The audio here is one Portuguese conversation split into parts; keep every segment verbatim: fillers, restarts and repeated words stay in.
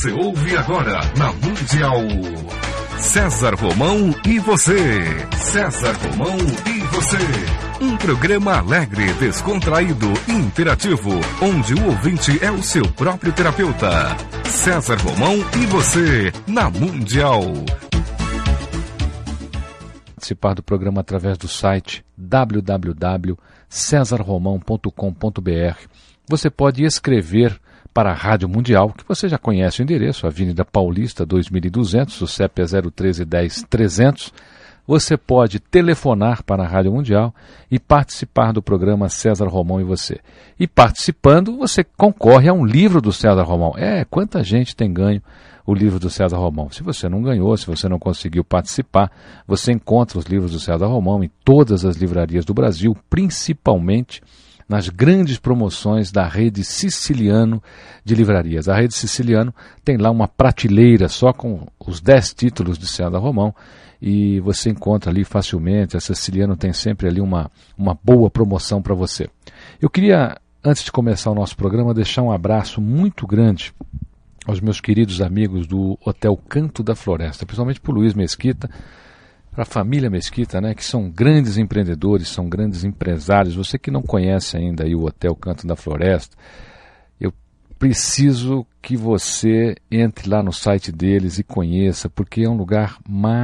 Você ouve agora na Mundial. César Romão e você. César Romão e você. Um programa alegre, descontraído e interativo, onde o ouvinte é o seu próprio terapeuta. César Romão e você, na Mundial. Participar do programa através do site w w w ponto cesar romão ponto com ponto b r. Você pode escrever para a Rádio Mundial, que você já conhece o endereço, Avenida Paulista dois mil e duzentos, o C E P é zero um três um zero trezentos. Você pode telefonar para a Rádio Mundial e participar do programa César Romão e você. E participando, você concorre a um livro do César Romão. É, quanta gente tem ganho o livro do César Romão. Se você não ganhou, se você não conseguiu participar, você encontra os livros do César Romão em todas as livrarias do Brasil, principalmente nas grandes promoções da Rede Siciliano de livrarias. A Rede Siciliano tem lá uma prateleira só com os dez títulos de César Romão e você encontra ali facilmente. A Siciliano tem sempre ali uma, uma boa promoção para você. Eu queria, antes de começar o nosso programa, deixar um abraço muito grande aos meus queridos amigos do Hotel Canto da Floresta, principalmente para o Luiz Mesquita, para a família Mesquita, né, que são grandes empreendedores, são grandes empresários. Você que não conhece ainda aí o Hotel Canto da Floresta, eu preciso que você entre lá no site deles e conheça, porque é um lugar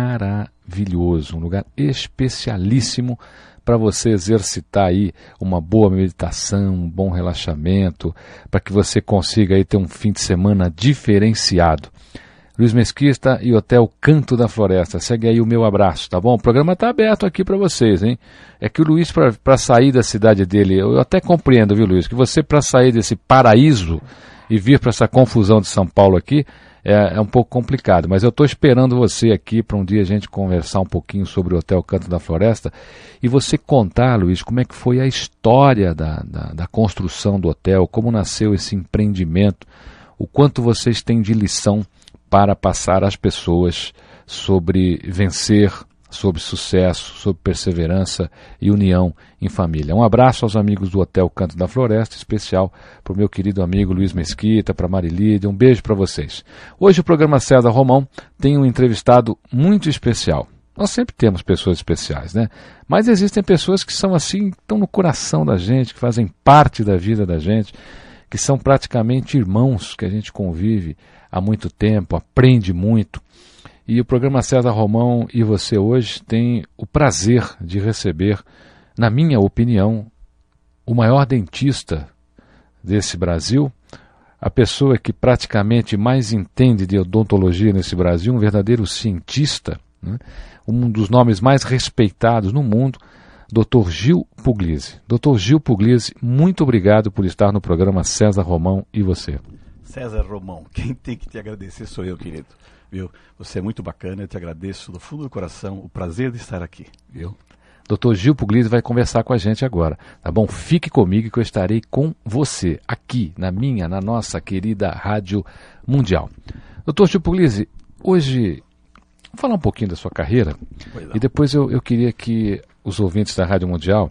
maravilhoso, um lugar especialíssimo para você exercitar aí uma boa meditação, um bom relaxamento, para que você consiga aí ter um fim de semana diferenciado. Luiz Mesquita e Hotel Canto da Floresta. Segue aí o meu abraço, tá bom? O programa está aberto aqui para vocês, hein? É que o Luiz, para sair da cidade dele, eu até compreendo, viu, Luiz, que você, para sair desse paraíso e vir para essa confusão de São Paulo aqui, é, é um pouco complicado. Mas eu estou esperando você aqui para um dia a gente conversar um pouquinho sobre o Hotel Canto da Floresta e você contar, Luiz, como é que foi a história da, da, da construção do hotel, como nasceu esse empreendimento, o quanto vocês têm de lição para passar às pessoas sobre vencer, sobre sucesso, sobre perseverança e união em família. Um abraço aos amigos do Hotel Canto da Floresta, especial para o meu querido amigo Luiz Mesquita, para a Marilídia, um beijo para vocês. Hoje o programa César Romão tem um entrevistado muito especial. Nós sempre temos pessoas especiais, né? Mas existem pessoas que são assim, estão no coração da gente, que fazem parte da vida da gente, que são praticamente irmãos, que a gente convive há muito tempo, aprende muito. E o programa César Romão e você hoje tem o prazer de receber, na minha opinião, o maior dentista desse Brasil, a pessoa que praticamente mais entende de odontologia nesse Brasil, um verdadeiro cientista, né? Um dos nomes mais respeitados no mundo, doutor Gil Puglisi. doutor Gil Puglisi, muito obrigado por estar no programa César Romão e você. César Romão, quem tem que te agradecer sou eu, querido. Viu? Você é muito bacana, eu te agradeço do fundo do coração, o prazer de estar aqui. Viu? doutor Gil Puglisi vai conversar com a gente agora, tá bom? Fique comigo que eu estarei com você, aqui, na minha, na nossa querida Rádio Mundial. doutor Gil Puglisi, hoje, vamos falar um pouquinho da sua carreira, e depois eu, eu queria que os ouvintes da Rádio Mundial,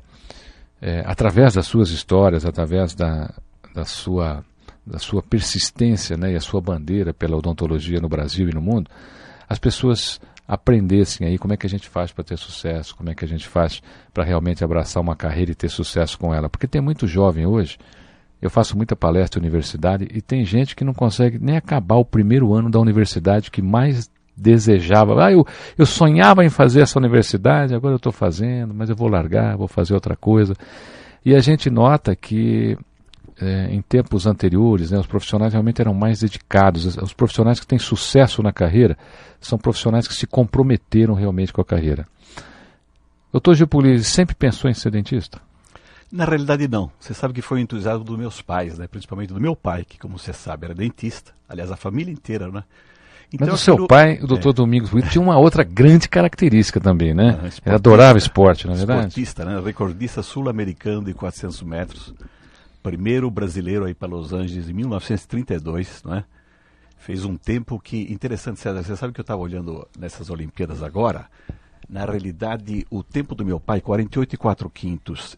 é, através das suas histórias, através da, da sua... da sua persistência, né, e a sua bandeira pela odontologia no Brasil e no mundo, as pessoas aprendessem aí como é que a gente faz para ter sucesso, como é que a gente faz para realmente abraçar uma carreira e ter sucesso com ela. Porque tem muito jovem hoje, eu faço muita palestra em universidade, e tem gente que não consegue nem acabar o primeiro ano da universidade que mais desejava. Ah, eu, eu sonhava em fazer essa universidade, agora eu estou fazendo, mas eu vou largar, vou fazer outra coisa. E a gente nota que É, em tempos anteriores, né, os profissionais realmente eram mais dedicados. Os, os profissionais que têm sucesso na carreira são profissionais que se comprometeram realmente com a carreira. doutor Gil Puglisi sempre pensou em ser dentista? Na realidade não. Você sabe que foi o entusiasmo dos meus pais, né? Principalmente do meu pai, que como você sabe era dentista. Aliás, a família inteira, né? Então, Mas o seu pai, o doutor é. Domingos Puglisi, tinha uma outra grande característica também, né? Ah, ele adorava esporte, na verdade. Esportista, né? Recordista sul-americano de quatrocentos metros. Primeiro brasileiro a ir para Los Angeles em mil novecentos e trinta e dois, não é? Fez um tempo que, interessante, César, você sabe que eu estava olhando nessas Olimpíadas agora, na realidade o tempo do meu pai, quarenta e oito e quatro quintos,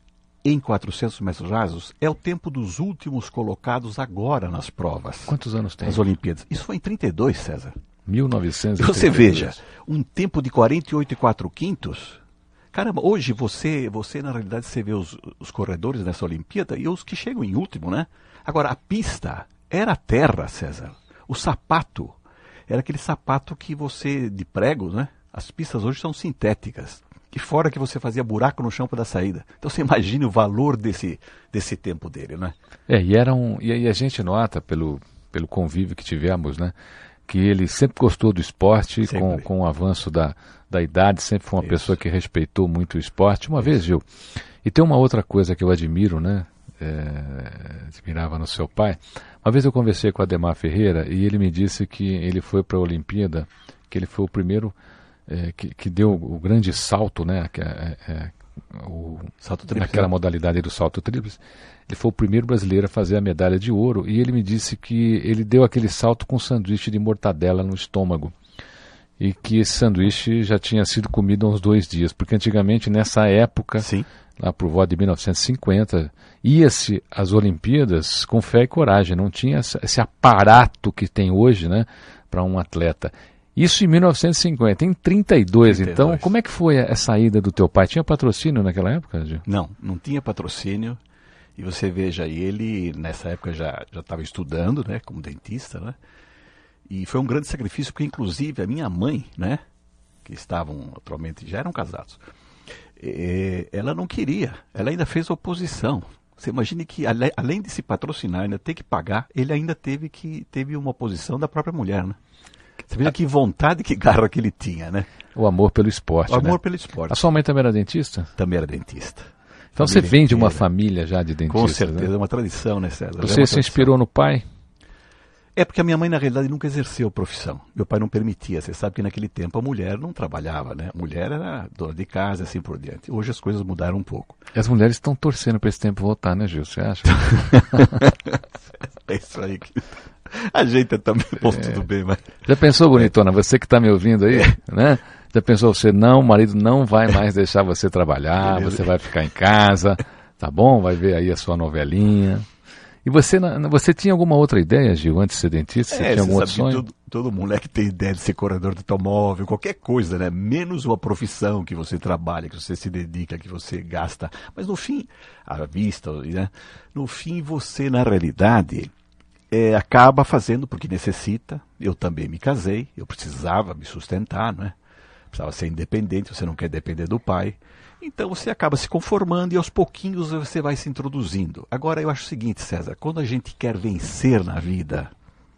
em quatrocentos metros rasos é o tempo dos últimos colocados agora nas provas. Quantos anos tem? Nas Olimpíadas. Isso foi em trinta e dois, César. mil novecentos e trinta e dois. Você veja, um tempo de quarenta e oito e quatro quintos. Caramba, hoje você, você na realidade, você vê os, os corredores nessa Olimpíada e os que chegam em último, né? Agora, a pista era a terra, César. O sapato era aquele sapato que você, de prego, né? As pistas hoje são sintéticas. E fora que você fazia buraco no chão para dar saída. Então você imagine o valor desse, desse tempo dele, né? É, e, era um, e, e a gente nota, pelo, pelo convívio que tivemos, né? Que ele sempre gostou do esporte, com, com o avanço da, da idade, sempre foi uma Isso. pessoa que respeitou muito o esporte. Uma Isso. vez, Gil, e tem uma outra coisa que eu admiro, né? É, admirava no seu pai. Uma vez eu conversei com o Ademar Ferreira e ele me disse que ele foi para a Olimpíada, que ele foi o primeiro é, que, que deu o grande salto, né? Que, é, é, o, salto tríplice. Naquela modalidade do salto tríplice. Ele foi o primeiro brasileiro a fazer a medalha de ouro e ele me disse que ele deu aquele salto com um sanduíche de mortadela no estômago e que esse sanduíche já tinha sido comido há uns dois dias, porque antigamente nessa época, Sim. lá por volta de mil novecentos e cinquenta, ia-se às Olimpíadas com fé e coragem, não tinha esse aparato que tem hoje, né, para um atleta. Isso em mil novecentos e cinquenta, em trinta e dois, trinta e dois. Então como é que foi a, a saída do teu pai? Tinha patrocínio naquela época, Gil? Não, não tinha patrocínio. E você veja, ele nessa época já já estava estudando, né, como dentista, né? E foi um grande sacrifício, porque inclusive a minha mãe, né, que estavam atualmente, já eram casados, é, ela não queria, ela ainda fez oposição. Você imagine que ale, além de se patrocinar, ainda ter que pagar, ele ainda teve que teve uma oposição da própria mulher, né? Você veja que vontade, que garra que ele tinha, né? O amor pelo esporte, O amor né? pelo esporte. A sua mãe também era dentista? Também era dentista. Então você vem de uma família já de dentistas, Com certeza, né? É uma tradição, né, César? Você é se inspirou no pai? É porque a minha mãe, na realidade, nunca exerceu profissão. Meu pai não permitia. Você sabe que naquele tempo a mulher não trabalhava, né? A mulher era dona de casa e assim por diante. Hoje as coisas mudaram um pouco. E as mulheres estão torcendo para esse tempo voltar, né, Gil? Você acha? É isso aí. Que... A gente também, pô, é. tudo bem, mas... Já pensou, bonitona, você que está me ouvindo aí, é. né? Já pensou, você não, o marido não vai mais deixar você trabalhar, Beleza. Você vai ficar em casa, tá bom? Vai ver aí a sua novelinha. E você, você tinha alguma outra ideia, Gil, antes de ser dentista? Você é, tinha algum você outro sabe sonho? Que todo, todo moleque tem ideia de ser corredor de automóvel, qualquer coisa, né? Menos uma profissão que você trabalha, que você se dedica, que você gasta. Mas no fim, à vista, né? No fim você, na realidade, é, acaba fazendo porque necessita. Eu também me casei, eu precisava me sustentar, não é? Precisava ser independente, você não quer depender do pai. Então você acaba se conformando e aos pouquinhos você vai se introduzindo. Agora eu acho o seguinte, César, quando a gente quer vencer na vida,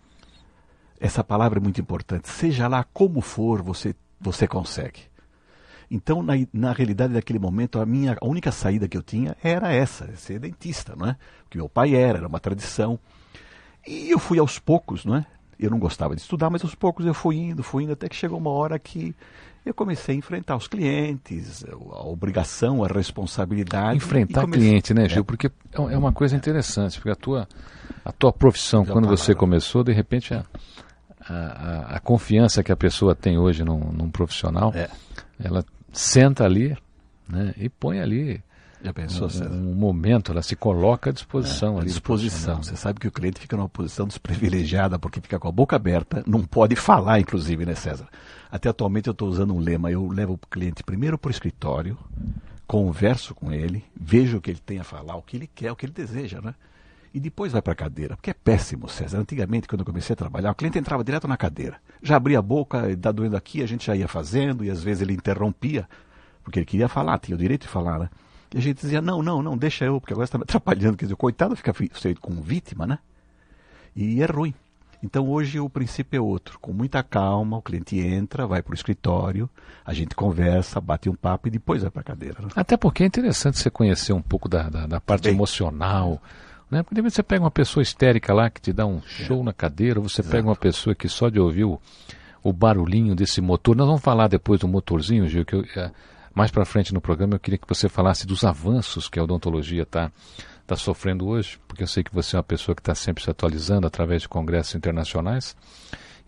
essa palavra é muito importante, seja lá como for, você, você consegue. Então, na, na realidade daquele momento, a minha a única saída que eu tinha era essa, ser dentista, não é? Porque meu pai era, era uma tradição. E eu fui aos poucos, não é? Eu não gostava de estudar, mas aos poucos eu fui indo, fui indo, até que chegou uma hora que eu comecei a enfrentar os clientes, a obrigação, a responsabilidade. Enfrentar comecei... o cliente, né, Gil? É. Porque é uma coisa interessante, porque a tua, a tua profissão, quando você começou, de repente, a, a, a confiança que a pessoa tem hoje num, num profissional, é. ela senta ali, né, e põe ali Já pensou, um, um momento, ela se coloca à disposição. É, à ali disposição. Você sabe que o cliente fica numa posição desprivilegiada, porque fica com a boca aberta, não pode falar, inclusive, né, César? Até atualmente eu estou usando um lema, eu levo o cliente primeiro para o escritório, converso com ele, vejo o que ele tem a falar, o que ele quer, o que ele deseja, né? E depois vai para a cadeira, porque é péssimo, César. Antigamente, quando eu comecei a trabalhar, o cliente entrava direto na cadeira. Já abria a boca, está doendo aqui, a gente já ia fazendo, e às vezes ele interrompia, porque ele queria falar, tinha o direito de falar, né? E a gente dizia, não, não, não, deixa eu, porque agora você está me atrapalhando. Quer dizer, o coitado fica com vítima, né? E é ruim. Então hoje o princípio é outro. Com muita calma, o cliente entra, vai para o escritório, a gente conversa, bate um papo e depois vai para a cadeira. Né? Até porque é interessante você conhecer um pouco da, da, da parte Bem, emocional. Né? Porque de repente você pega uma pessoa histérica lá que te dá um show é. na cadeira, ou você Exato. pega uma pessoa que só de ouvir o, o barulhinho desse motor. Nós vamos falar depois do motorzinho, Gil, que eu... É, mais para frente no programa eu queria que você falasse dos avanços que a odontologia está tá sofrendo hoje, porque eu sei que você é uma pessoa que está sempre se atualizando através de congressos internacionais.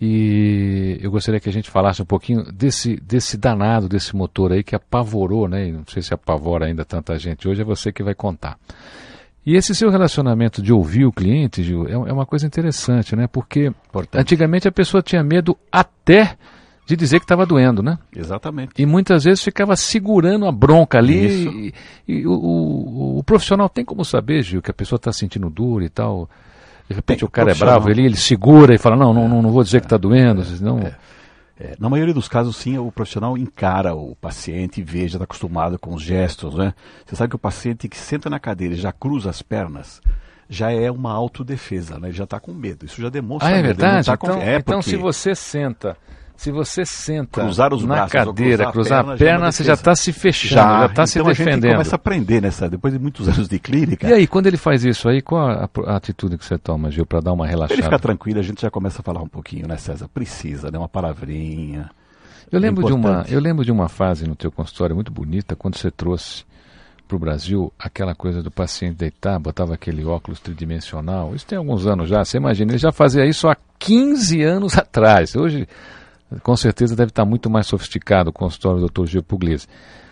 E eu gostaria que a gente falasse um pouquinho desse, desse danado, desse motor aí que apavorou, né? E não sei se apavora ainda tanta gente. Hoje é você que vai contar. E esse seu relacionamento de ouvir o cliente, Gil, é, é uma coisa interessante, né? Porque Importante. Antigamente a pessoa tinha medo até de dizer que estava doendo, né? Exatamente. E muitas vezes ficava segurando a bronca ali. E, e o, o, o profissional tem como saber, Gil, que a pessoa está sentindo dor e tal. De repente tem, o cara é bravo, ele, ele segura e fala, não, não, não, não vou dizer é, que está doendo. É, senão... é, é. Na maioria dos casos, sim, o profissional encara o paciente e vê, já está acostumado com os gestos, né? Você sabe que o paciente que senta na cadeira e já cruza as pernas, já é uma autodefesa, né? Ele já está com medo. Isso já demonstra... Ah, é verdade? Tá então, com... é então porque... se você senta... Se você senta cruzar os na braços, cadeira, cruzar cruzar a perna, a perna você já está se fechando, já está se então defendendo. A gente começa a aprender nessa, depois de muitos anos de clínica. E aí, quando ele faz isso aí, qual a, a atitude que você toma, Gil, para dar uma relaxada? Ele fica tranquilo, a gente já começa a falar um pouquinho, né, César? Precisa, né? Uma palavrinha. Eu lembro, é de uma, eu lembro de uma fase no teu consultório muito bonita, quando você trouxe para o Brasil aquela coisa do paciente deitar, botava aquele óculos tridimensional. Isso tem alguns anos já, você imagina, ele já fazia isso há quinze anos atrás. Hoje... Com certeza deve estar muito mais sofisticado o consultório do doutor Gil Pugliese.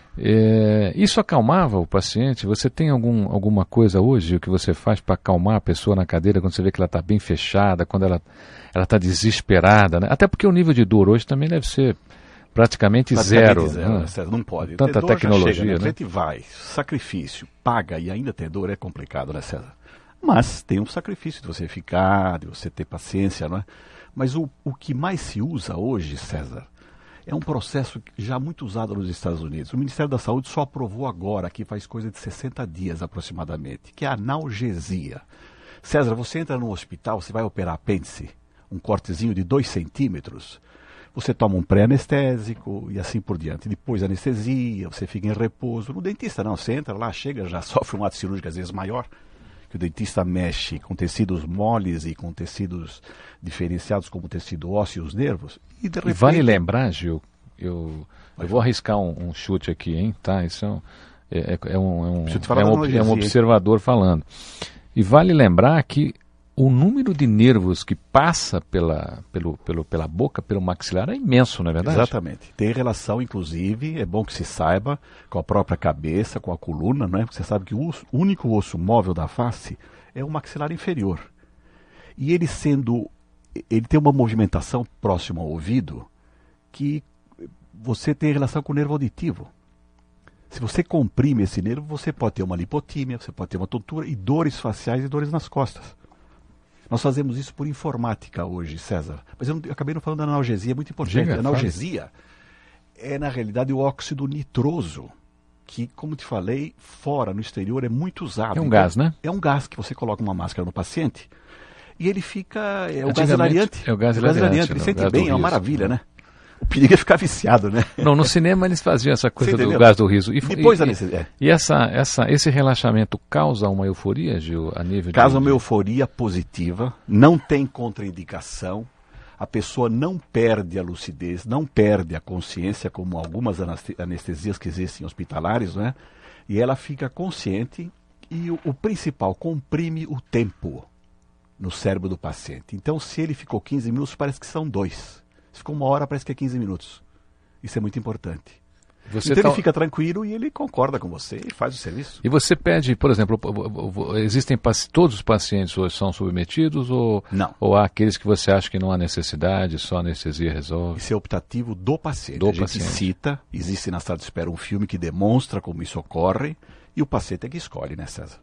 É, isso acalmava o paciente? Você tem algum, alguma coisa hoje, o que você faz para acalmar a pessoa na cadeira quando você vê que ela está bem fechada, quando ela está desesperada, né? Até porque o nível de dor hoje também deve ser praticamente, praticamente zero. zero né? Não pode. Tanta tecnologia. Chega, né? né? A gente vai, sacrifício, paga e ainda tem dor, é complicado, né, César? Mas tem um sacrifício de você ficar, de você ter paciência, não é? Mas o, o que mais se usa hoje, César, é um processo já muito usado nos Estados Unidos. O Ministério da Saúde só aprovou agora, aqui faz coisa de sessenta dias aproximadamente, que é a analgesia. César, você entra num hospital, você vai operar apêndice, um cortezinho de dois centímetros, você toma um pré-anestésico e assim por diante. Depois anestesia, você fica em repouso. No dentista não, você entra lá, chega, já sofre um ato cirúrgico às vezes maior, que o dentista mexe com tecidos moles e com tecidos diferenciados como o tecido ósseo e os nervos. E, de repente... e vale lembrar, Gil, eu, eu vou arriscar um, um chute aqui, hein? Tá, isso é, é, é, um, é, um, é, um, é um observador falando. E vale lembrar que o número de nervos que passa pela, pelo, pelo, pela boca, pelo maxilar, é imenso, não é verdade? Exatamente. Tem relação, inclusive, é bom que se saiba, com a própria cabeça, com a coluna, não é? Porque você sabe que o osso, único osso móvel da face é o maxilar inferior. E ele sendo, ele tem uma movimentação próxima ao ouvido que você tem relação com o nervo auditivo. Se você comprime esse nervo, você pode ter uma lipotímia, você pode ter uma tontura e dores faciais e dores nas costas. Nós fazemos isso por informática hoje, César. Mas eu, não, eu acabei não falando da analgesia, é muito importante. Diga, a analgesia faz. é, na realidade, o óxido nitroso, que, como te falei, fora, no exterior, é muito usado. É um então, gás, né? É um gás que você coloca uma máscara no paciente e ele fica... É o gás hilariante. É o gás hilariante. Ele sente bem, é uma maravilha, né? O perigo é ficar viciado, né? Não, no cinema eles faziam essa coisa do gás do riso. E, Depois e, e, é. e essa, essa, esse relaxamento causa uma euforia, Gil, a nível de... Causa uma euforia positiva, não tem contraindicação, a pessoa não perde a lucidez, não perde a consciência, como algumas anestesias que existem hospitalares, né? E ela fica consciente e o, o principal, comprime o tempo no cérebro do paciente. Então, se ele ficou quinze minutos, parece que são dois. Se ficou uma hora, parece que é quinze minutos. Isso é muito importante. Você então tá... ele fica tranquilo e ele concorda com você e faz o serviço. E você pede, por exemplo, existem todos os pacientes hoje são submetidos ou, não. ou há aqueles que você acha que não há necessidade, só anestesia resolve? Isso é optativo do paciente. Do a gente paciente. cita, existe na sala de espera um filme que demonstra como isso ocorre e o paciente é que escolhe, né, César?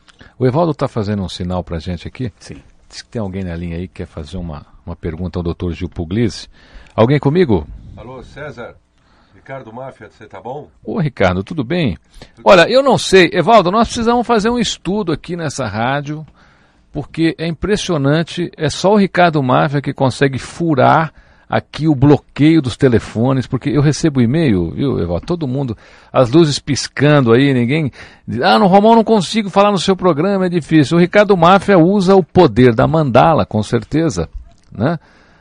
O Evaldo está fazendo um sinal para a gente aqui. Sim. Diz que tem alguém na linha aí que quer fazer uma, uma pergunta ao doutor Gil Pugliese. Alguém comigo? Alô, César. Ricardo Máfia, você tá bom? Ô, Ricardo, tudo bem? Olha, eu não sei. Evaldo, nós precisamos fazer um estudo aqui nessa rádio, porque é impressionante, é só o Ricardo Máfia que consegue furar aqui o bloqueio dos telefones, porque eu recebo e-mail, viu, Evaldo? Todo mundo, as luzes piscando aí, ninguém... Ah, no Romão não consigo falar no seu programa, é difícil. O Ricardo Máfia usa o poder da mandala, com certeza, né?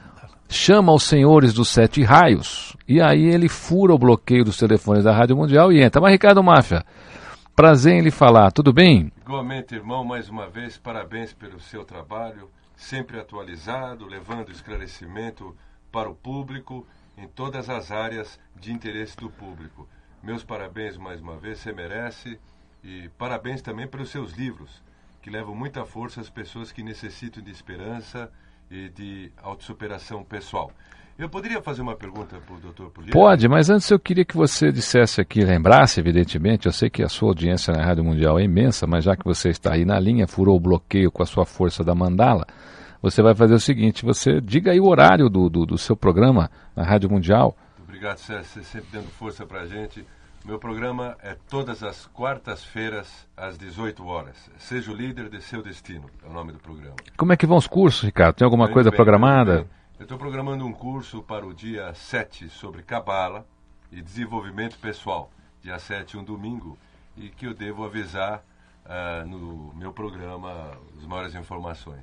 Chama os senhores dos sete raios, e aí ele fura o bloqueio dos telefones da Rádio Mundial e entra. Mas, Ricardo Máfia, prazer em lhe falar, tudo bem? Igualmente, irmão, mais uma vez, parabéns pelo seu trabalho. sempre atualizado, levando esclarecimento para o público em todas as áreas de interesse do público. Meus parabéns mais uma vez, você merece, e parabéns também pelos seus livros, que levam muita força às pessoas que necessitam de esperança e de autossuperação pessoal. Eu poderia fazer uma pergunta para o doutor Pugliese? Pode, mas antes eu queria que você dissesse aqui, lembrasse, evidentemente, eu sei que a sua audiência na Rádio Mundial é imensa, mas já que você está aí na linha, furou o bloqueio com a sua força da mandala, você vai fazer o seguinte, você diga aí o horário do, do, do seu programa na Rádio Mundial. Obrigado, César, você sempre dando força para a gente. Meu programa é todas as quartas-feiras, às dezoito horas. Seja o líder de seu destino, é o nome do programa. Como é que vão os cursos, Ricardo? Tem alguma Muito coisa bem, programada? muito bem. Eu estou programando um curso para o dia sete sobre Cabala e desenvolvimento pessoal. Dia sete, um domingo, e que eu devo avisar uh, no meu programa as maiores informações.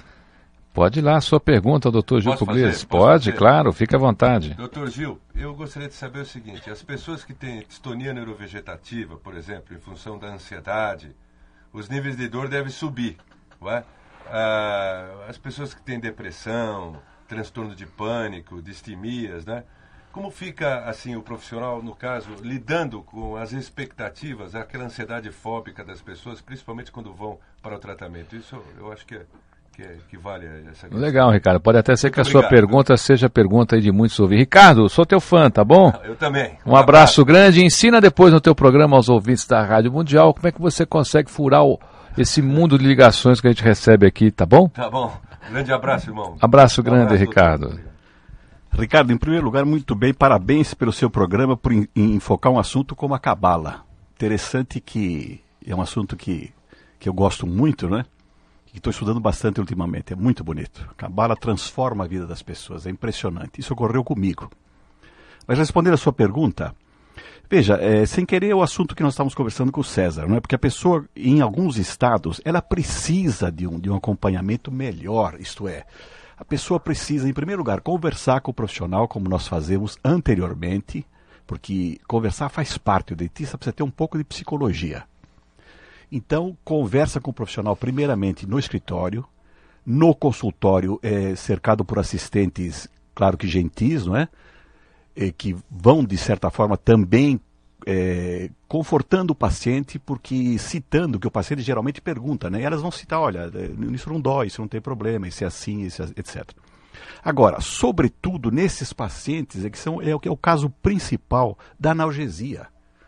Pode ir lá a sua pergunta, doutor Gil Pugliese. Pode, fazer? Claro, fique à vontade. doutor Gil, eu gostaria de saber o seguinte, as pessoas que têm distonia neurovegetativa, por exemplo, em função da ansiedade, os níveis de dor devem subir, não é? Ah, as pessoas que têm depressão, transtorno de pânico, distemias, né? Como fica, assim, o profissional, no caso, lidando com as expectativas, aquela ansiedade fóbica das pessoas, principalmente quando vão para o tratamento? Isso eu acho que é, que, é, que vale essa questão. Legal, Ricardo. Pode até ser Muito que a obrigado, sua pergunta viu? seja a pergunta aí de muitos ouvintes. Ricardo, sou teu fã, tá bom? Eu também. Um, um abraço, abraço grande. Ensina depois no teu programa aos ouvintes da Rádio Mundial como é que você consegue furar o, esse mundo de ligações que a gente recebe aqui, tá bom? Tá bom. Grande abraço, irmão. Abraço grande, um abraço, Ricardo. Doutor. Ricardo, em primeiro lugar, muito bem, parabéns pelo seu programa por in, in, enfocar um assunto como a Cabala. Interessante que é um assunto que, que eu gosto muito, né? Que estou estudando bastante ultimamente, é muito bonito. A Cabala transforma a vida das pessoas, é impressionante. Isso ocorreu comigo. Mas respondendo a sua pergunta, veja, é, sem querer é o assunto que nós estávamos conversando com o César, não é? Porque a pessoa, em alguns estados, ela precisa de um, de um acompanhamento melhor, isto é, a pessoa precisa, em primeiro lugar, conversar com o profissional, como nós fazemos anteriormente, porque conversar faz parte, o dentista precisa ter um pouco de psicologia. Então, conversa com o profissional, primeiramente, no escritório, no consultório, é, cercado por assistentes, claro que gentis, não é? É, que vão, de certa forma, também é, confortando o paciente, porque citando, que o paciente geralmente pergunta, né? E elas vão citar, olha, isso não dói, isso não tem problema, isso é assim, isso é, etcétera. Agora, sobretudo nesses pacientes, é, que são, é o que é o caso principal da analgesia,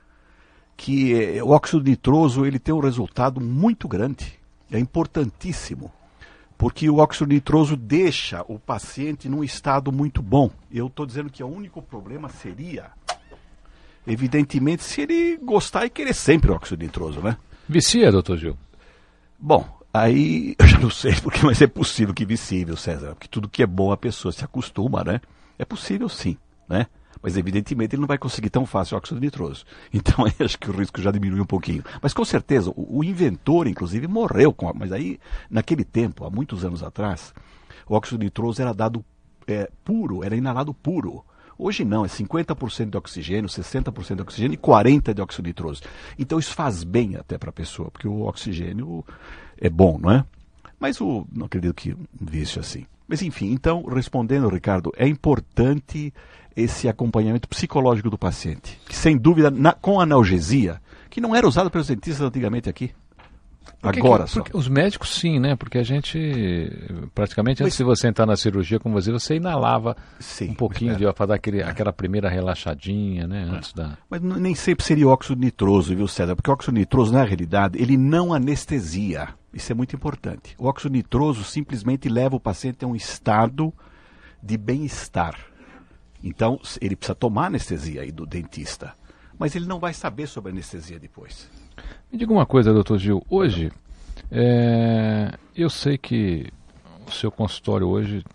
que é, o óxido nitroso ele tem um resultado muito grande, é importantíssimo, porque o óxido nitroso deixa o paciente num estado muito bom. Eu estou dizendo que o único problema seria, evidentemente, se ele gostar e querer sempre o óxido nitroso, né? Vicia, doutor Gil? Bom, aí eu já não sei, porque, mas é possível que vicie, viu, César? Porque tudo que é bom a pessoa se acostuma, né? É possível sim, né? Mas evidentemente ele não vai conseguir tão fácil o óxido nitroso. Então aí acho que o risco já diminui um pouquinho. Mas com certeza, o, o inventor, inclusive, morreu. Com a, mas aí, naquele tempo, há muitos anos atrás, o óxido nitroso era dado é, puro, era inalado puro. Hoje não, é cinquenta por cento de oxigênio, sessenta por cento de oxigênio e quarenta por cento de óxido nitroso. Então isso faz bem até para a pessoa, porque o oxigênio é bom, não é? Mas o, não acredito que um vício assim. Mas enfim, então, respondendo, Ricardo, é importante esse acompanhamento psicológico do paciente, que sem dúvida, na, com analgesia, que não era usado pelos dentistas antigamente aqui. Porque Agora que, só. Os médicos sim, né? Porque a gente, praticamente, antes Mas, de você entrar na cirurgia, como você, você inalava sim, um pouquinho de, para dar aquele, aquela primeira relaxadinha, né? Antes da... Mas nem sempre seria óxido nitroso, viu, César? Porque o óxido nitroso, na realidade, ele não anestesia. Isso é muito importante. O óxido nitroso simplesmente leva o paciente a um estado de bem-estar. Então, ele precisa tomar anestesia aí do dentista. Mas ele não vai saber sobre a anestesia depois. Me diga uma coisa, doutor Gil. Hoje, é, eu sei que o seu consultório hoje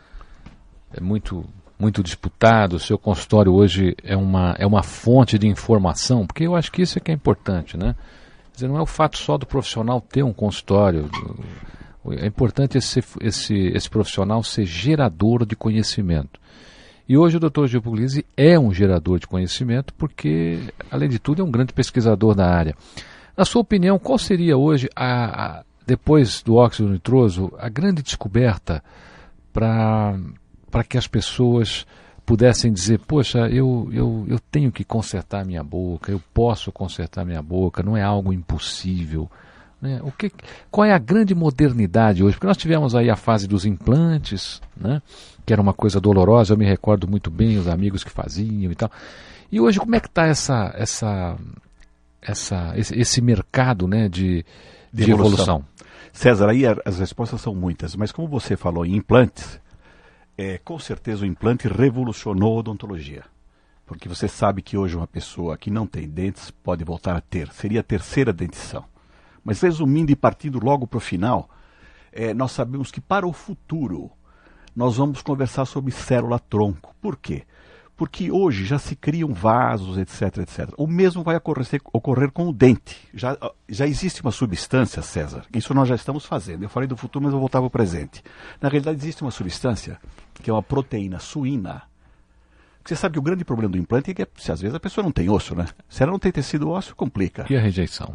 é muito, muito disputado, o seu consultório hoje é uma, é uma fonte de informação, porque eu acho que isso é que é importante, né? Quer dizer, não é o fato só do profissional ter um consultório. É importante esse, esse, esse profissional ser gerador de conhecimento. E hoje o doutor Gil Pugliese é um gerador de conhecimento porque, além de tudo, é um grande pesquisador da área. Na sua opinião, qual seria hoje a, a depois do óxido nitroso, a grande descoberta para para que as pessoas pudessem dizer, poxa, eu, eu, eu tenho que consertar minha boca, eu posso consertar minha boca, não é algo impossível. Né? O que, qual é a grande modernidade hoje? Porque nós tivemos aí a fase dos implantes, né? Que era uma coisa dolorosa, eu me recordo muito bem os amigos que faziam e tal. E hoje como é que está essa, essa, essa, esse, esse mercado, né, de, de, de evolução? evolução? César, aí as respostas são muitas, mas como você falou em implantes, É, com certeza o implante revolucionou a odontologia. Porque você sabe que hoje uma pessoa que não tem dentes pode voltar a ter. Seria a terceira dentição. Mas resumindo e partindo logo para o final, é, nós sabemos que para o futuro nós vamos conversar sobre célula-tronco. Por quê? Porque hoje já se criam vasos, etc, etcétera. O mesmo vai ocorrer, ocorrer com o dente. Já, já existe uma substância, César, isso nós já estamos fazendo. Eu falei do futuro, mas eu vou voltar para o presente. Na realidade existe uma substância que é uma proteína suína. Você sabe que o grande problema do implante é que se às vezes a pessoa não tem osso, né? Se ela não tem tecido ósseo, complica. E a rejeição?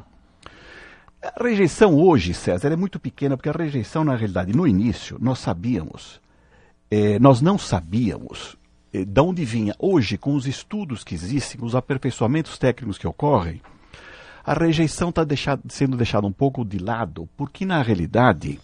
A rejeição hoje, César, é muito pequena, porque a rejeição, na realidade, no início, nós sabíamos, é, nós não sabíamos é, de onde vinha. Hoje, com os estudos que existem, com os aperfeiçoamentos técnicos que ocorrem, a rejeição está deixado, sendo deixada um pouco de lado, porque na realidade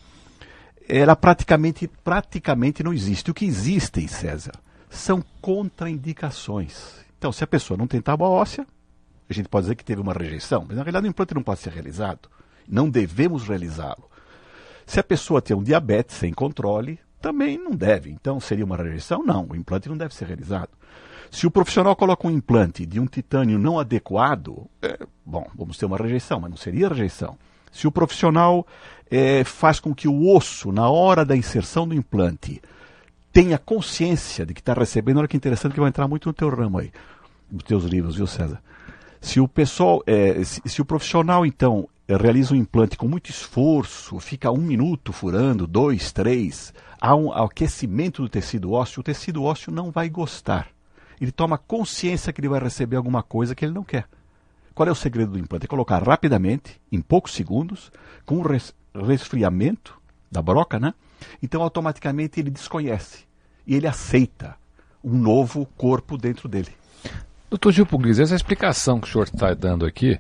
ela praticamente, praticamente não existe. O que existem, César, são contraindicações. Então, se a pessoa não tem tábua óssea, a gente pode dizer que teve uma rejeição, mas na realidade o implante não pode ser realizado. Não devemos realizá-lo. Se a pessoa tem um diabetes sem controle, também não deve. Então, seria uma rejeição? Não, o implante não deve ser realizado. Se o profissional coloca um implante de um titânio não adequado, é, bom, vamos ter uma rejeição, mas não seria rejeição. Se o profissional é, faz com que o osso, na hora da inserção do implante, tenha consciência de que está recebendo, olha que interessante que vai entrar muito no teu ramo aí, nos teus livros, viu, César? Se o pessoal, é, se, se o profissional, então, realiza um implante com muito esforço, fica um minuto furando, dois, três, há um aquecimento do tecido ósseo, o tecido ósseo não vai gostar. Ele toma consciência que ele vai receber alguma coisa que ele não quer. Qual é o segredo do implante? É colocar rapidamente, em poucos segundos, com um res, resfriamento da broca, né? Então, automaticamente, ele desconhece e ele aceita um novo corpo dentro dele. doutor Gil Puglisi, essa explicação que o senhor está dando aqui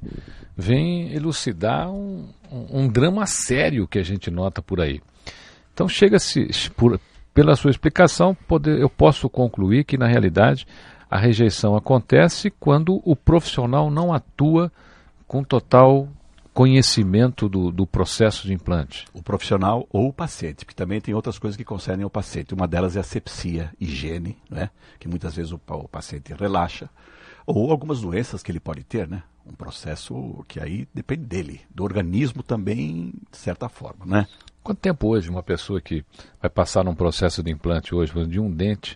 vem elucidar um, um, um drama sério que a gente nota por aí. Então, chega-se, por, pela sua explicação, poder, eu posso concluir que, na realidade, a rejeição acontece quando o profissional não atua com total conhecimento do, do processo de implante. O profissional ou o paciente, porque também tem outras coisas que concernem ao paciente. Uma delas é a asepsia, higiene, né? Que muitas vezes o, o paciente relaxa, ou algumas doenças que ele pode ter, né? Um processo que aí depende dele, do organismo também, de certa forma, né? Quanto tempo hoje uma pessoa que vai passar num processo de implante hoje, de um dente,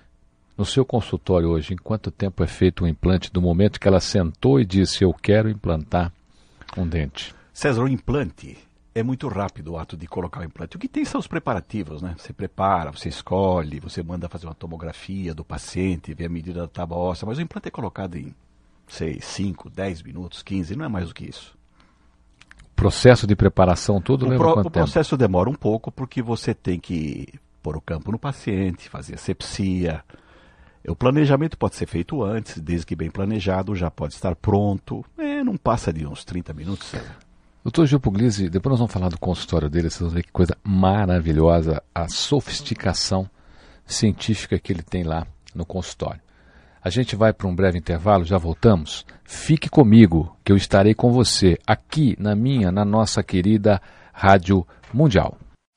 no seu consultório hoje, em quanto tempo é feito um implante do momento que ela sentou e disse, eu quero implantar um dente? César, o implante é muito rápido, o ato de colocar o implante. O que tem são os preparativos, né? Você prepara, você escolhe, você manda fazer uma tomografia do paciente, vê a medida da tábua óssea, mas o implante é colocado em, sei, cinco, dez minutos, quinze, não é mais do que isso. O processo de preparação todo o leva pro, quanto O tempo? processo demora um pouco, porque você tem que pôr o campo no paciente, fazer asepsia. O planejamento pode ser feito antes, desde que bem planejado, já pode estar pronto. É, não passa de uns trinta minutos, César. doutor Gil Puglisi, depois nós vamos falar do consultório dele, vocês vão ver que coisa maravilhosa, a sofisticação científica que ele tem lá no consultório. A gente vai para um breve intervalo, já voltamos. Fique comigo, que eu estarei com você aqui na minha, na nossa querida Rádio Mundial.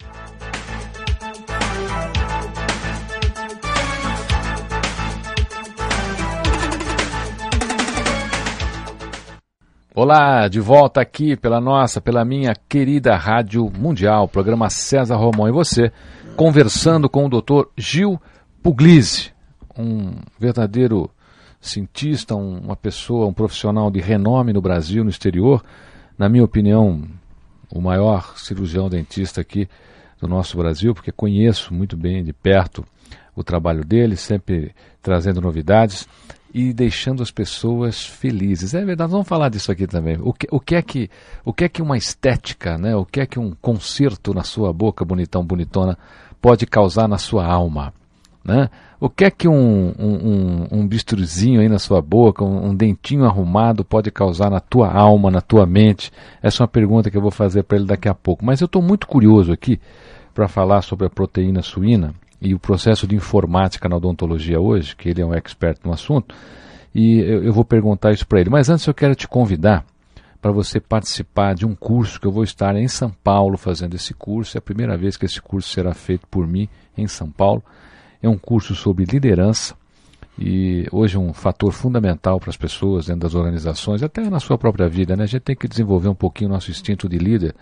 Olá, de volta aqui pela nossa, pela minha querida Rádio Mundial, programa César Romão e você, conversando com o doutor Gil Puglisi, um verdadeiro cientista, um, uma pessoa, um profissional de renome no Brasil, no exterior, na minha opinião, o maior cirurgião dentista aqui do nosso Brasil, porque conheço muito bem de perto o trabalho dele, sempre trazendo novidades. e deixando as pessoas felizes. É verdade, vamos falar disso aqui também. O que, o que é que, o que é que uma estética, né? O que é que um concerto na sua boca, bonitão, bonitona, pode causar na sua alma, né? O que é que um, um, um, um bistruzinho aí na sua boca, um, um dentinho arrumado pode causar na tua alma, na tua mente? Essa é uma pergunta que eu vou fazer para ele daqui a pouco. Mas eu estou muito curioso aqui para falar sobre a proteína suína e o processo de informática na odontologia hoje, que ele é um expert no assunto, e eu, eu vou perguntar isso para ele. Mas antes eu quero te convidar para você participar de um curso que eu vou estar em São Paulo fazendo esse curso. É a primeira vez que esse curso será feito por mim em São Paulo. É um curso sobre liderança e hoje é um fator fundamental para as pessoas dentro das organizações, até na sua própria vida, né? A gente tem que desenvolver um pouquinho o nosso instinto de líder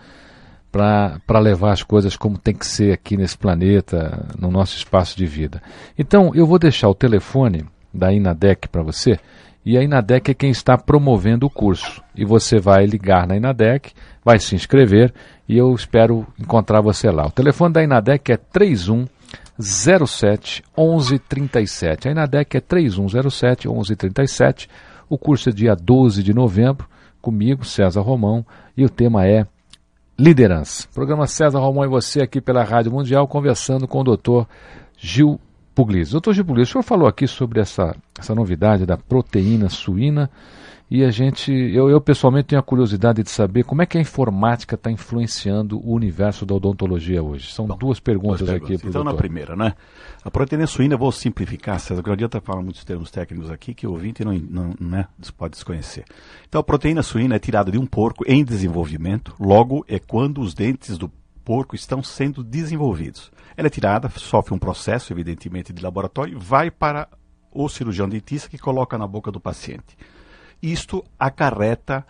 para levar as coisas como tem que ser aqui nesse planeta, no nosso espaço de vida. Então, eu vou deixar o telefone da Inadec para você, e a Inadec é quem está promovendo o curso. E você vai ligar na Inadec, vai se inscrever, e eu espero encontrar você lá. O telefone da Inadec é três um zero sete, onze trinta e sete. A Inadec é três um zero sete, onze trinta e sete. O curso é dia doze de novembro, comigo, César Romão, e o tema é liderança. Programa César Romão e você aqui pela Rádio Mundial, conversando com o doutor Gil Puglisi. doutor Gil Puglisi, o senhor falou aqui sobre essa, essa novidade da proteína suína, e a gente, eu, eu pessoalmente tenho a curiosidade de saber como é que a informática está influenciando o universo da odontologia hoje. São Bom, duas perguntas, duas perguntas. aqui para o Então, doutor. Na primeira, né? A proteína suína, eu vou simplificar, César, porque não adianta falar muitos termos técnicos aqui que o ouvinte não, não, né, pode desconhecer. Então, a proteína suína é tirada de um porco em desenvolvimento, logo é quando os dentes do porco estão sendo desenvolvidos. Ela é tirada, sofre um processo, evidentemente, de laboratório, vai para o cirurgião dentista que coloca na boca do paciente. Isto acarreta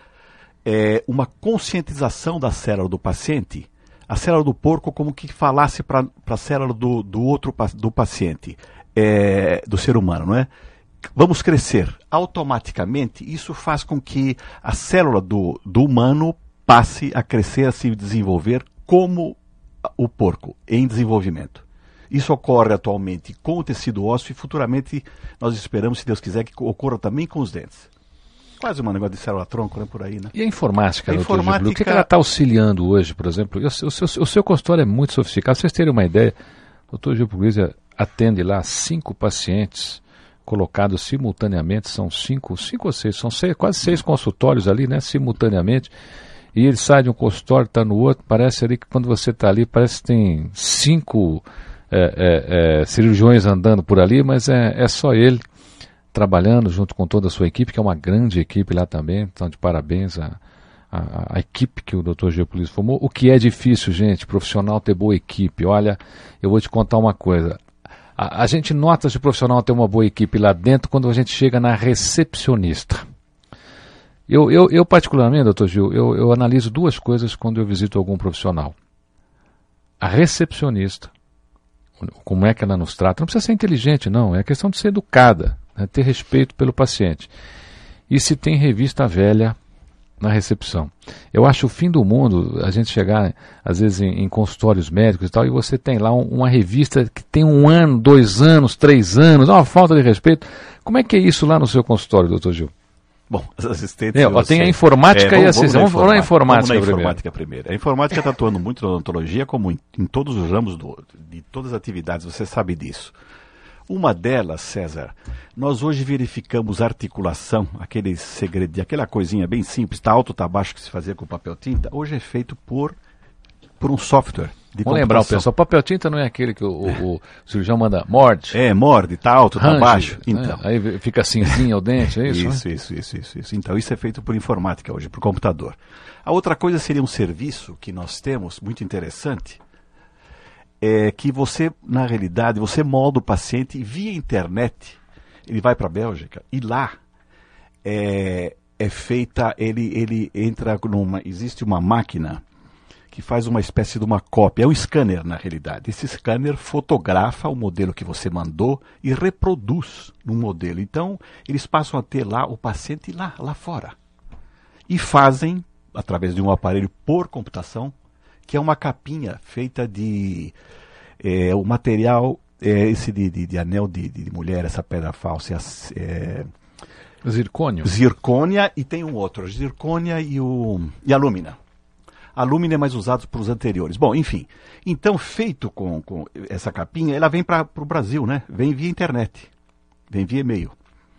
é, uma conscientização da célula do paciente, a célula do porco como que falasse para a célula do, do outro do paciente, é, do ser humano, não é? Vamos crescer. Automaticamente, isso faz com que a célula do, do humano passe a crescer, a se desenvolver como o porco, em desenvolvimento. Isso ocorre atualmente com o tecido ósseo e futuramente nós esperamos, se Deus quiser, que ocorra também com os dentes. Quase um negócio de célula-tronco, né, por aí, né? E a informática, a doutor informática... Gil, o que, que ela está auxiliando hoje, por exemplo? O seu, o, seu, o seu consultório é muito sofisticado. Pra vocês terem uma ideia, o doutor Gil Puglisi atende lá cinco pacientes colocados simultaneamente, são cinco, cinco ou seis, são seis, quase seis consultórios ali, né, simultaneamente. E ele sai de um consultório, está no outro, parece ali que quando você está ali, parece que tem cinco é, é, é, cirurgiões andando por ali, mas é, é só ele trabalhando junto com toda a sua equipe, que é uma grande equipe lá também. Então, de parabéns à, à, à equipe que o doutor Gil Puglisi formou. O que é difícil, gente, profissional ter boa equipe. Olha, eu vou te contar uma coisa. A, a gente nota se o profissional tem uma boa equipe lá dentro quando a gente chega na recepcionista. Eu, eu, eu particularmente, doutor Gil, eu, eu analiso duas coisas quando eu visito algum profissional. A recepcionista, como é que ela nos trata. Não precisa ser inteligente, não. É questão de ser educada, né, ter respeito pelo paciente. E se tem revista velha na recepção. Eu acho o fim do mundo a gente chegar, às vezes, em, em consultórios médicos e tal, e você tem lá um, uma revista que tem um ano, dois anos, três anos, é uma falta de respeito. Como é que é isso lá no seu consultório, doutor Gil? Bom, as assistentes... É, ó, tem a informática é, vamos, e a assistência. Vamos, vamos, vamos na informática, vamos na primeiro. informática primeiro. A informática está atuando muito na odontologia, como em, em todos os ramos do, de todas as atividades, você sabe disso. Uma delas, César, nós hoje verificamos articulação, aquele segredo, aquela coisinha bem simples, está alto, está baixo, que se fazia com papel tinta, hoje é feito por, por um software de Vamos lembrar o pessoal, papel tinta não é aquele que o, o, o cirurgião manda morde? É, morde, está alto, está baixo. Então. É, aí fica cinzinho o dente, é isso? Isso, né? isso, isso, isso, isso. Então isso é feito por informática hoje, por computador. A outra coisa seria um serviço que nós temos, muito interessante, é que você, na realidade, você molda o paciente via internet, ele vai para a Bélgica, e lá é, é feita, ele, ele entra numa, existe uma máquina que faz uma espécie de uma cópia, é um scanner na realidade. Esse scanner fotografa o modelo que você mandou e reproduz no modelo. Então, eles passam a ter lá o paciente lá, lá fora. E fazem, através de um aparelho por computação, que é uma capinha feita de é, o material, é, esse de, de, de anel de, de mulher, essa pedra falsa, é, Zircônio? Zircônia e tem um outro, zircônia e, o, e a lúmina. A lúmina é mais usada para os anteriores. Bom, enfim. Então, feito com, com essa capinha, ela vem para o Brasil, né? Vem via internet, vem via e-mail.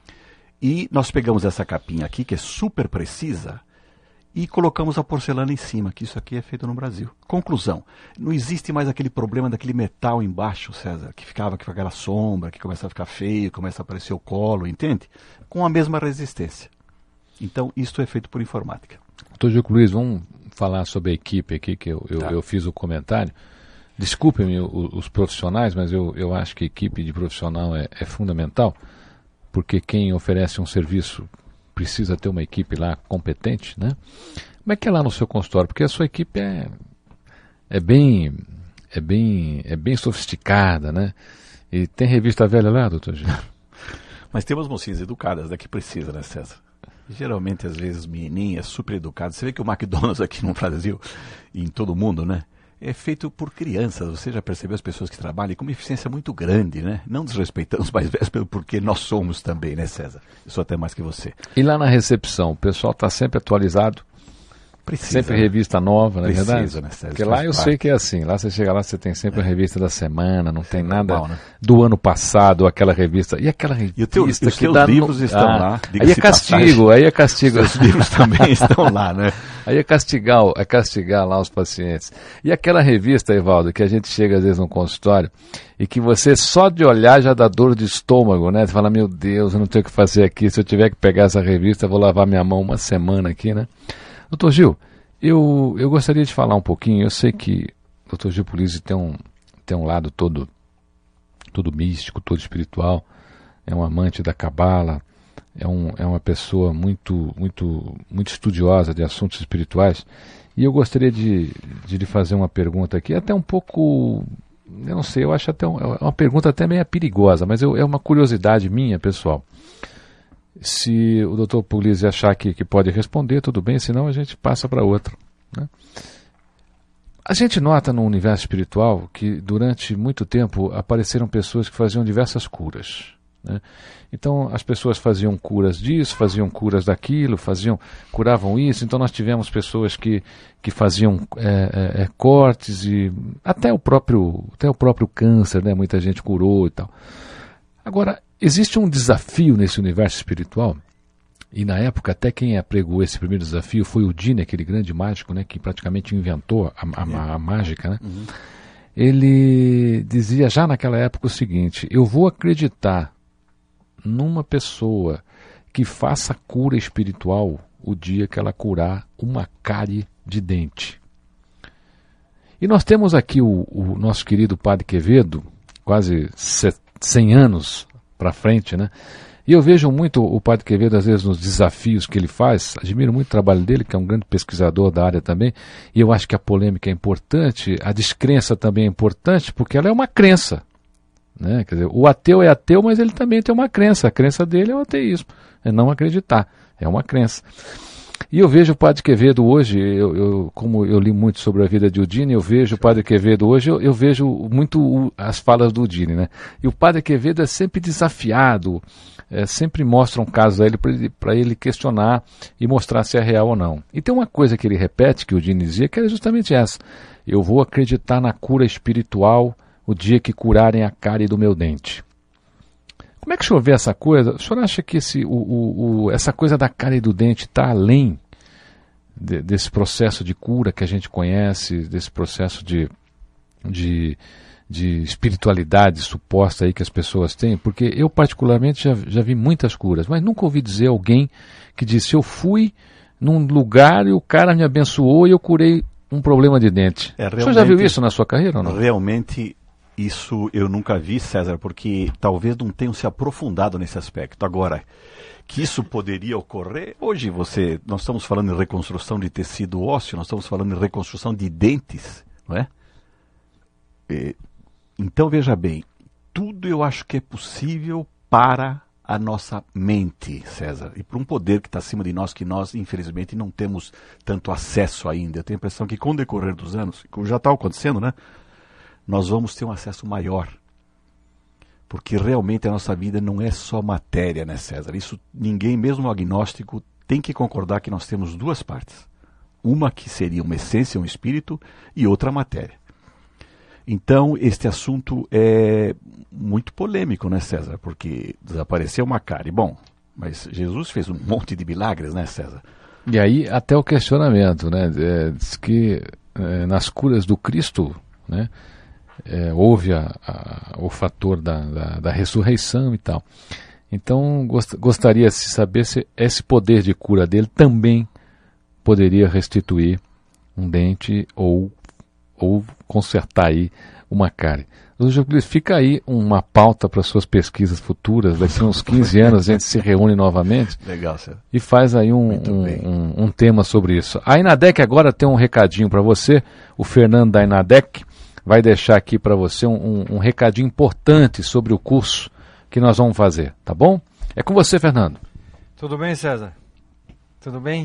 E nós pegamos essa capinha aqui, que é super precisa, e colocamos a porcelana em cima, que isso aqui é feito no Brasil. Conclusão, não existe mais aquele problema daquele metal embaixo, César, que ficava com aquela sombra, que começa a ficar feio, começa a aparecer o colo, entende? Com a mesma resistência. Então, isso é feito por informática. doutor Gilco Luiz, vamos falar sobre a equipe aqui, que eu, eu, tá. eu fiz o comentário. Desculpem-me os, os profissionais, mas eu, eu acho que a equipe de profissional é, é fundamental, porque quem oferece um serviço precisa ter uma equipe lá competente, né? Como é que é lá no seu consultório? Porque a sua equipe é, é, bem, é, bem, é bem sofisticada, né? E tem revista velha lá, doutor Gil? Mas tem umas mocinhas educadas, né, que precisa, né, César? Geralmente, às vezes, menininhas super educadas. Você vê que o McDonald's aqui no Brasil e em todo o mundo, né? É feito por crianças. Você já percebeu as pessoas que trabalham com uma eficiência muito grande, né? Não desrespeitando os mais velhos, porque nós somos também, né, César? Eu sou até mais que você. E lá na recepção, o pessoal está sempre atualizado? Precisa. Sempre revista nova, não é Precisa, verdade? Né, César? Porque lá Faz eu parte. sei que é assim. Lá você chega lá, você tem sempre É. a revista da semana, não tem É nada normal, né? do ano passado, aquela revista. E aquela revista E o teu, os que teus dá livros no... estão ah, lá. Aí diga-se é de castigo, passagem. aí é castigo. Os livros também estão lá, né? Aí é castigar, é castigar lá os pacientes. E aquela revista, Evaldo, que a gente chega às vezes no consultório e que você só de olhar já dá dor de estômago, né? Você fala, meu Deus, eu não tenho o que fazer aqui. Se eu tiver que pegar essa revista, eu vou lavar minha mão uma semana aqui, né? Doutor Gil, eu, eu gostaria de falar um pouquinho. Eu sei que o doutor Gil Pulizzi tem um, tem um lado todo, todo místico, todo espiritual. É um amante da cabala. É, um, é uma pessoa muito, muito, muito estudiosa de assuntos espirituais. E eu gostaria de, de lhe fazer uma pergunta aqui, até um pouco, eu não sei, eu acho até um, é uma pergunta até meio perigosa, mas eu, é uma curiosidade minha, pessoal. Se o doutor Pulizzi achar que, que pode responder, tudo bem, senão a gente passa para outra, né? A gente nota no universo espiritual que durante muito tempo apareceram pessoas que faziam diversas curas, né? Então as pessoas faziam curas disso, faziam curas daquilo, faziam, curavam isso. Então nós tivemos pessoas que, que faziam é, é, cortes e até o próprio, até o próprio câncer, né? Muita gente curou e tal. Agora, existe um desafio nesse universo espiritual, e na época até quem apregou esse primeiro desafio foi o Dini, aquele grande mágico, né? Que praticamente inventou a, a, a mágica, né? Uhum. Ele dizia já naquela época o seguinte: eu vou acreditar numa pessoa que faça cura espiritual o dia que ela curar uma cárie de dente. E nós temos aqui o, o nosso querido Padre Quevedo, quase cem anos para frente, né? E eu vejo muito o Padre Quevedo, às vezes, nos desafios que ele faz. Admiro muito o trabalho dele, que é um grande pesquisador da área também. E eu acho que a polêmica é importante, a descrença também é importante, porque ela é uma crença, né? Quer dizer, o ateu é ateu, mas ele também tem uma crença. A crença dele é o ateísmo, é não acreditar, é uma crença. E eu vejo o Padre Quevedo hoje, eu, eu, como eu li muito sobre a vida de Udine, eu vejo o Padre Quevedo hoje, eu, eu vejo muito o, as falas do Udine, né? E o Padre Quevedo é sempre desafiado, é, sempre mostram casos a ele para ele, para ele questionar e mostrar se é real ou não. E tem uma coisa que ele repete, que o Udine dizia, que é justamente essa: eu vou acreditar na cura espiritual o dia que curarem a cárie do meu dente. Como é que o senhor vê essa coisa? O senhor acha que esse, o, o, o, essa coisa da cárie do dente está além de, desse processo de cura que a gente conhece, desse processo de, de, de espiritualidade suposta aí que as pessoas têm? Porque eu particularmente já, já vi muitas curas, mas nunca ouvi dizer alguém que disse: eu fui num lugar e o cara me abençoou e eu curei um problema de dente. É, o senhor já viu isso na sua carreira ou não? Realmente... Isso eu nunca vi, César, porque talvez não tenham se aprofundado nesse aspecto. Agora, que isso poderia ocorrer, hoje você, nós estamos falando em reconstrução de tecido ósseo, nós estamos falando em reconstrução de dentes, não é? E, então, veja bem, tudo eu acho que é possível para a nossa mente, César, e para um poder que está acima de nós, que nós, infelizmente, não temos tanto acesso ainda. Eu tenho a impressão que com o decorrer dos anos, como já está acontecendo, né? Nós vamos ter um acesso maior. Porque realmente a nossa vida não é só matéria, né, César? Isso ninguém, mesmo o agnóstico, tem que concordar que nós temos duas partes. Uma que seria uma essência, um espírito, e outra a matéria. Então, este assunto é muito polêmico, né, César? Porque desapareceu uma carne. Bom, mas Jesus fez um monte de milagres, né, César? E aí até o questionamento, né? É, diz que é, nas curas do Cristo, né, é, houve a, a, o fator da, da, da ressurreição e tal. Então gost, gostaria de saber se esse poder de cura dele também poderia restituir um dente ou, ou consertar aí uma cárie. Fica aí uma pauta para suas pesquisas futuras. Daqui a uns quinze anos a gente se reúne novamente. Legal, senhor. E faz aí um, um, um, um tema sobre isso. A Inadec agora tem um recadinho para você. O Fernando da Inadec vai deixar aqui para você um, um, um recadinho importante sobre o curso que nós vamos fazer, tá bom? É com você, Fernando. Tudo bem, César? Tudo bem?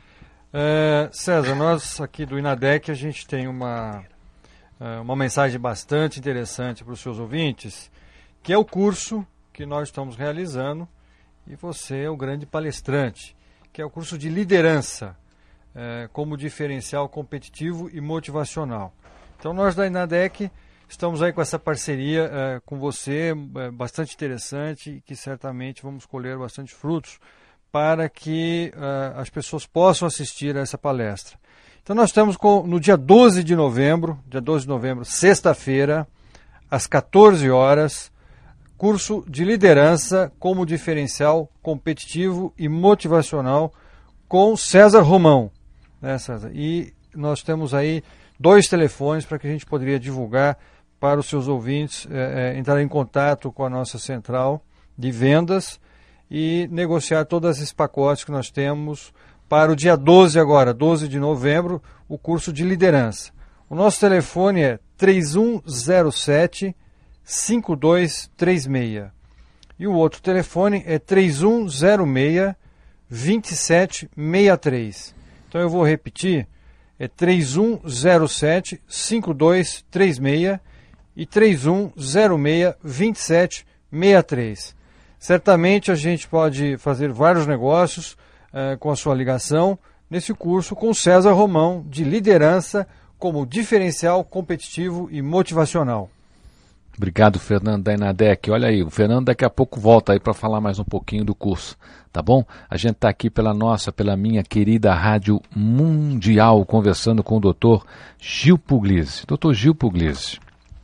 É, César, nós aqui do Inadec, a gente tem uma... uma mensagem bastante interessante para os seus ouvintes, que é o curso que nós estamos realizando e você é o grande palestrante, que é o curso de liderança, é, como diferencial competitivo e motivacional. Então nós da Inadec estamos aí com essa parceria é, com você, é, bastante interessante e que certamente vamos colher bastante frutos para que é, as pessoas possam assistir a essa palestra. Então nós estamos com, no dia doze de novembro, dia doze de novembro, sexta-feira, às quatorze horas, curso de liderança como diferencial competitivo e motivacional com César Romão. Né, César? E nós temos aí dois telefones para que a gente poderia divulgar para os seus ouvintes, é, é, entrar em contato com a nossa central de vendas e negociar todos esses pacotes que nós temos para o dia doze agora, doze de novembro, o curso de liderança. O nosso telefone é três um zero sete, cinco dois três seis. E o outro telefone é três um zero seis, dois sete seis três. Então eu vou repetir, é três um zero sete, cinco dois três seis e três um zero seis, dois sete seis três. Certamente a gente pode fazer vários negócios Uh, com a sua ligação, nesse curso com César Romão, de liderança como diferencial competitivo e motivacional. Obrigado, Fernando da Inadec. Olha aí, o Fernando daqui a pouco volta aí para falar mais um pouquinho do curso, tá bom? A gente está aqui pela nossa, pela minha querida Rádio Mundial, conversando com o doutor Gil Puglisi. doutor Gil Puglisi,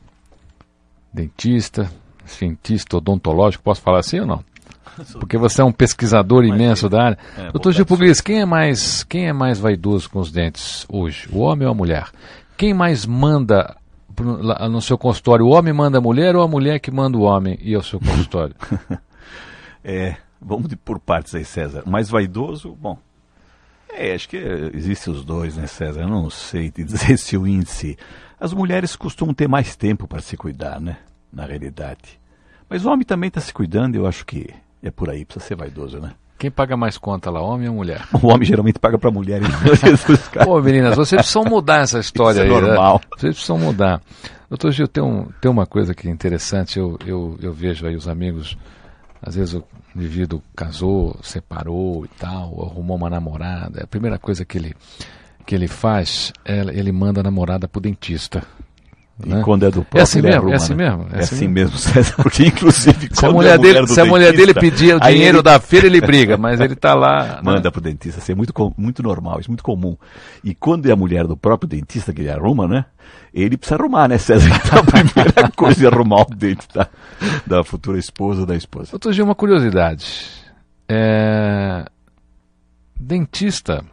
dentista, cientista odontológico, posso falar assim ou não? Porque você é um pesquisador imenso da área. É, doutor Gil Puglisi, quem é mais, quem é mais vaidoso com os dentes hoje? O homem ou a mulher? Quem mais manda no seu consultório? O homem manda a mulher ou a mulher que manda o homem ir ao seu consultório? É, vamos de, por partes aí, César. Mais vaidoso, bom, é, acho que existem os dois, né, César? Eu não sei te dizer se o índice... As mulheres costumam ter mais tempo para se cuidar, né, na realidade. Mas o homem também está se cuidando, eu acho que... É por aí, precisa ser vaidoso, né? Quem paga mais conta lá, homem ou mulher? O homem geralmente paga para a mulher. Pô, meninas, vocês precisam mudar essa história Isso aí. É normal. Né? Vocês precisam mudar. Doutor Gil, tem, um, tem uma coisa que é interessante, eu, eu, eu vejo aí os amigos, às vezes o indivíduo casou, separou e tal, arrumou uma namorada, a primeira coisa que ele, que ele faz, é, ele manda a namorada pro dentista. E né? Quando é do próprio, é assim mesmo, arruma, é assim né? mesmo, é, é assim assim mesmo, mesmo, César, porque inclusive se a mulher, é a mulher dele, se a mulher dentista, dele pedir o dinheiro ele... da feira, ele briga, mas ele está lá... Manda né? pro dentista, isso é muito, muito normal, isso é muito comum. E quando é a mulher do próprio dentista que ele arruma, né? Ele precisa arrumar, né, César? Então a primeira coisa é arrumar o dente da, da futura esposa ou da esposa. Doutor Gil, uma curiosidade. É... Dentista,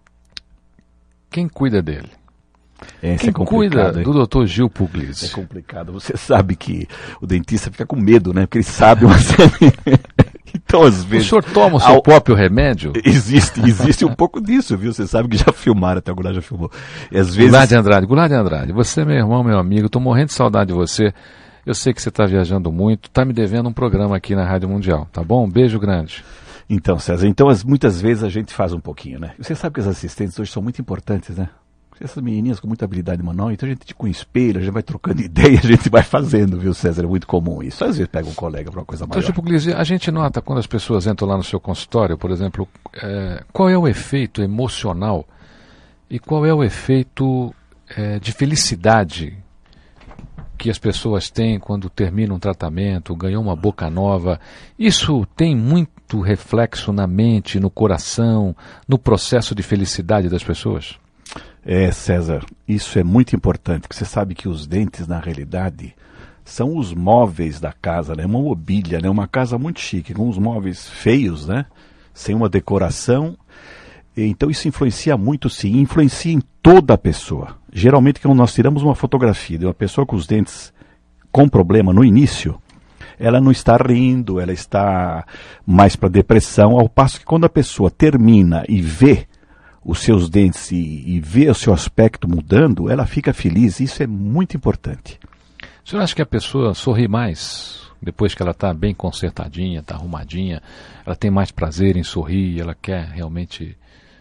quem cuida dele? É, Quem é cuida hein? do doutor Gil Puglisi? É complicado. Você sabe que o dentista fica com medo, né? Porque ele sabe uma série... Então, às vezes... O senhor toma o seu ao... próprio remédio? Existe, existe um pouco disso, viu? Você sabe que já filmaram, até agora já filmou. E às vezes... Goulart de Andrade, Goulart de Andrade, você é meu irmão, meu amigo, estou morrendo de saudade de você. Eu sei que você está viajando muito, está me devendo um programa aqui na Rádio Mundial, tá bom? Um beijo grande. Então, César, então as, muitas vezes a gente faz um pouquinho, né? Você sabe que as assistentes hoje são muito importantes, né? Essas menininhas com muita habilidade manual, então a gente com espelho, a gente vai trocando ideia, a gente vai fazendo, viu, César? É muito comum isso. Às vezes pega um colega para uma coisa maior. Então, Puglisi, a gente nota quando as pessoas entram lá no seu consultório, por exemplo, é, qual é o efeito emocional e qual é o efeito é, de felicidade que as pessoas têm quando terminam um tratamento, ganham uma boca nova. Isso tem muito reflexo na mente, no coração, no processo de felicidade das pessoas? É, César, isso é muito importante, porque você sabe que os dentes, na realidade, são os móveis da casa, né? Uma mobília, né? Uma casa muito chique, com os móveis feios, né? Sem uma decoração. Então isso influencia muito, sim, influencia em toda a pessoa. Geralmente, quando nós tiramos uma fotografia de uma pessoa com os dentes com problema no início, ela não está rindo, ela está mais para depressão, ao passo que quando a pessoa termina e vê os seus dentes e, e vê o seu aspecto mudando, ela fica feliz. Isso é muito importante. O senhor acha que a pessoa sorri mais depois que ela está bem consertadinha, está arrumadinha, ela tem mais prazer em sorrir, ela quer realmente...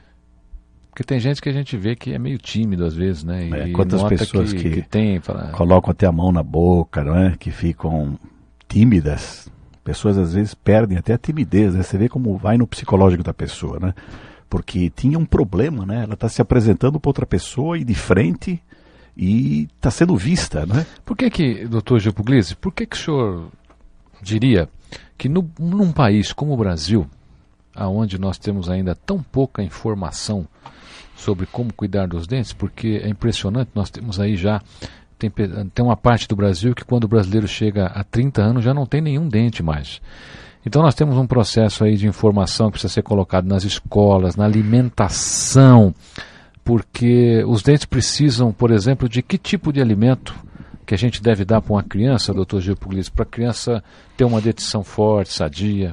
Porque tem gente que a gente vê que é meio tímido às vezes, né? E é, quantas pessoas que, que, que tem, fala... colocam até a mão na boca, não é? Que ficam tímidas. Pessoas às vezes perdem até a timidez, né? Você vê como vai no psicológico da pessoa, né? Porque tinha um problema, né? Ela está se apresentando para outra pessoa e de frente e está sendo vista, né? Por que que, doutor Gil Puglisi, por que que o senhor diria que no, num país como o Brasil, aonde nós temos ainda tão pouca informação sobre como cuidar dos dentes, porque é impressionante, nós temos aí já, tem, tem uma parte do Brasil que quando o brasileiro chega a trinta anos já não tem nenhum dente mais. Então nós temos um processo aí de informação que precisa ser colocado nas escolas, na alimentação, porque os dentes precisam, por exemplo, de que tipo de alimento que a gente deve dar para uma criança, doutor Gil Puglisi, para a criança ter uma dentição forte, sadia?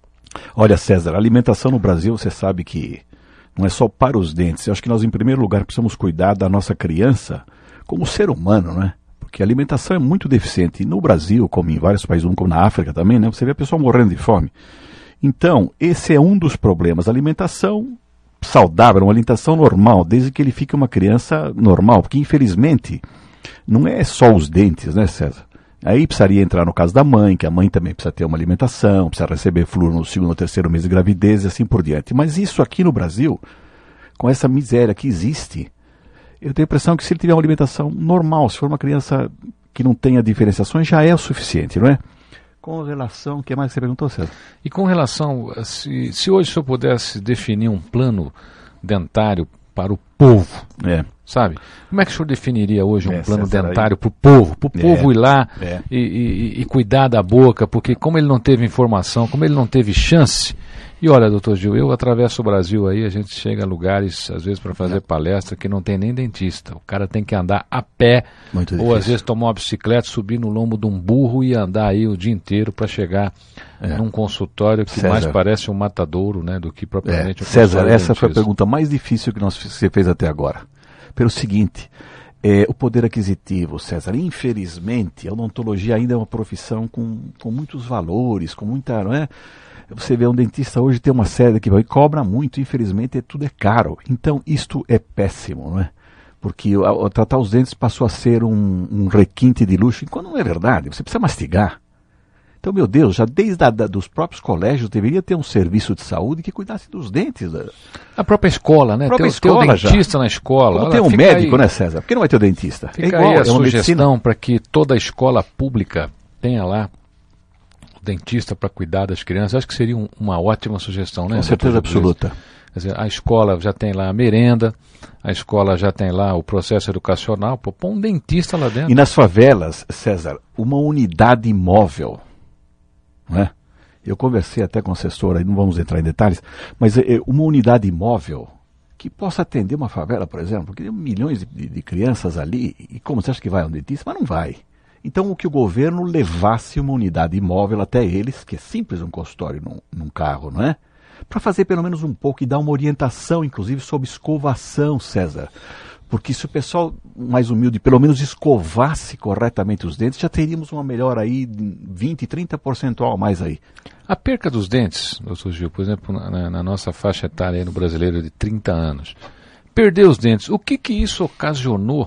Olha, César, a alimentação no Brasil, você sabe que não é só para os dentes. Eu acho que nós, em primeiro lugar, precisamos cuidar da nossa criança como ser humano, né? Porque a alimentação é muito deficiente. E no Brasil, como em vários países, como na África também, né? Você vê a pessoa morrendo de fome. Então, esse é um dos problemas. A alimentação saudável, uma alimentação normal, desde que ele fique uma criança normal. Porque, infelizmente, não é só os dentes, né, César? Aí precisaria entrar no caso da mãe, que a mãe também precisa ter uma alimentação, precisa receber flúor no segundo ou terceiro mês de gravidez e assim por diante. Mas isso aqui no Brasil, com essa miséria que existe, eu tenho a impressão que se ele tiver uma alimentação normal, se for uma criança que não tenha diferenciações, já é o suficiente, não é? Com relação, o que mais você perguntou, César? E com relação, se, se hoje o senhor pudesse definir um plano dentário para o povo, é. sabe? Como é que o senhor definiria hoje um é, plano César, dentário para o povo? Para o é, povo ir lá é. e, e, e cuidar da boca, porque como ele não teve informação, como ele não teve chance... E olha, doutor Gil, eu atravesso o Brasil aí, a gente chega a lugares, às vezes, para fazer palestra que não tem nem dentista. O cara tem que andar a pé, muito ou difícil. Às vezes tomar uma bicicleta, subir no lombo de um burro e andar aí o dia inteiro para chegar é. num consultório que César. mais parece um matadouro, né, do que propriamente é. um César, essa dentista. foi a pergunta mais difícil que nós, você fez até agora. Pelo seguinte, é, o poder aquisitivo, César, infelizmente, a odontologia ainda é uma profissão com, com muitos valores, com muita, não é? Você vê um dentista hoje tem uma série que vai cobra muito, infelizmente é, tudo é caro. Então isto é péssimo, não é? Porque o, o, tratar os dentes passou a ser um, um requinte de luxo, enquanto não é verdade, você precisa mastigar. Então, meu Deus, já desde a, da, dos próprios colégios deveria ter um serviço de saúde que cuidasse dos dentes. Da... A própria escola, né? A própria ter, escola ter o dentista já. na escola. Como tem um médico, aí, né, César? Por que não vai ter o dentista? Fica é igual, aí a é uma sugestão para que toda a escola pública tenha lá dentista para cuidar das crianças. Acho que seria um, uma ótima sugestão, né? Com certeza absoluta. Quer dizer, a escola já tem lá a merenda, a escola já tem lá o processo educacional, pô, põe um dentista lá dentro. E nas favelas, César, uma unidade móvel, não é? Eu conversei até com a assessora, aí não vamos entrar em detalhes, mas é, uma unidade móvel que possa atender uma favela, por exemplo, porque tem milhões de, de, de crianças ali, e como você acha que vai a um dentista? Mas não vai. Então, o que o governo levasse uma unidade imóvel até eles, que é simples um consultório num, num carro, não é? Para fazer pelo menos um pouco e dar uma orientação, inclusive, sobre escovação, César. Porque se o pessoal mais humilde pelo menos escovasse corretamente os dentes, já teríamos uma melhora aí de vinte, trinta por cento a mais aí. A perca dos dentes, doutor Gil, por exemplo, na, na nossa faixa etária aí no brasileiro de trinta anos, perder os dentes. O que que isso ocasionou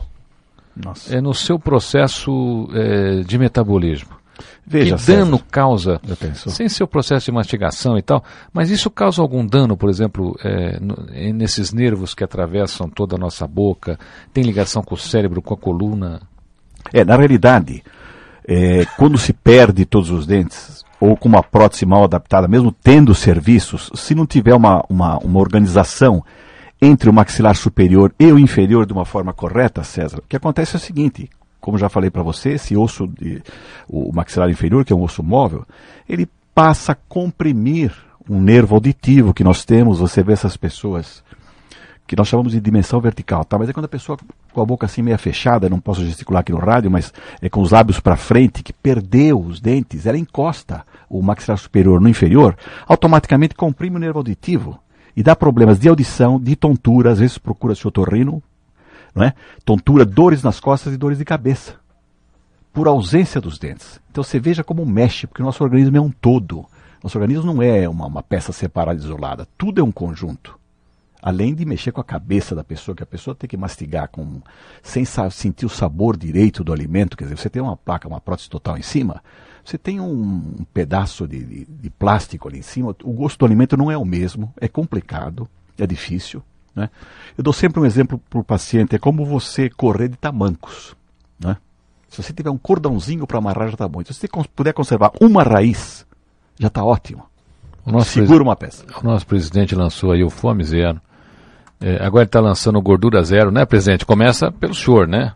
é, no seu processo é, de metabolismo? Veja, que dano César, causa, sem ser o processo de mastigação e tal, mas isso causa algum dano, por exemplo, é, no, nesses nervos que atravessam toda a nossa boca, tem ligação com o cérebro, com a coluna? É, na realidade, é, quando se perde todos os dentes, ou com uma prótese mal adaptada, mesmo tendo serviços, se não tiver uma, uma, uma organização entre o maxilar superior e o inferior de uma forma correta, César, o que acontece é o seguinte: como já falei para você, esse osso, de, o maxilar inferior, que é um osso móvel, ele passa a comprimir um nervo auditivo que nós temos. Você vê essas pessoas que nós chamamos de dimensão vertical, tá? Mas é quando a pessoa com a boca assim meio fechada, não posso gesticular aqui no rádio, mas é com os lábios para frente, que perdeu os dentes, ela encosta o maxilar superior no inferior, automaticamente comprime o nervo auditivo e dá problemas de audição, de tontura, às vezes procura-se otorrino, não é? Tontura, dores nas costas e dores de cabeça, por ausência dos dentes. Então você veja como mexe, porque o nosso organismo é um todo. Nosso organismo não é uma, uma peça separada, isolada. Tudo é um conjunto. Além de mexer com a cabeça da pessoa, que a pessoa tem que mastigar com, sem sentir o sabor direito do alimento. Quer dizer, você tem uma placa, uma prótese total em cima, você tem um, um pedaço de, de, de plástico ali em cima. O gosto do alimento não é o mesmo, é complicado, é difícil. Né? Eu dou sempre um exemplo para o paciente, é como você correr de tamancos. Né? Se você tiver um cordãozinho para amarrar, já está bom. Se você puder conservar uma raiz, já está ótimo. O nosso Segura uma peça. O nosso presidente lançou aí o Fome Zero. É, agora ele está lançando o Gordura Zero, né, presidente? Começa pelo senhor, né?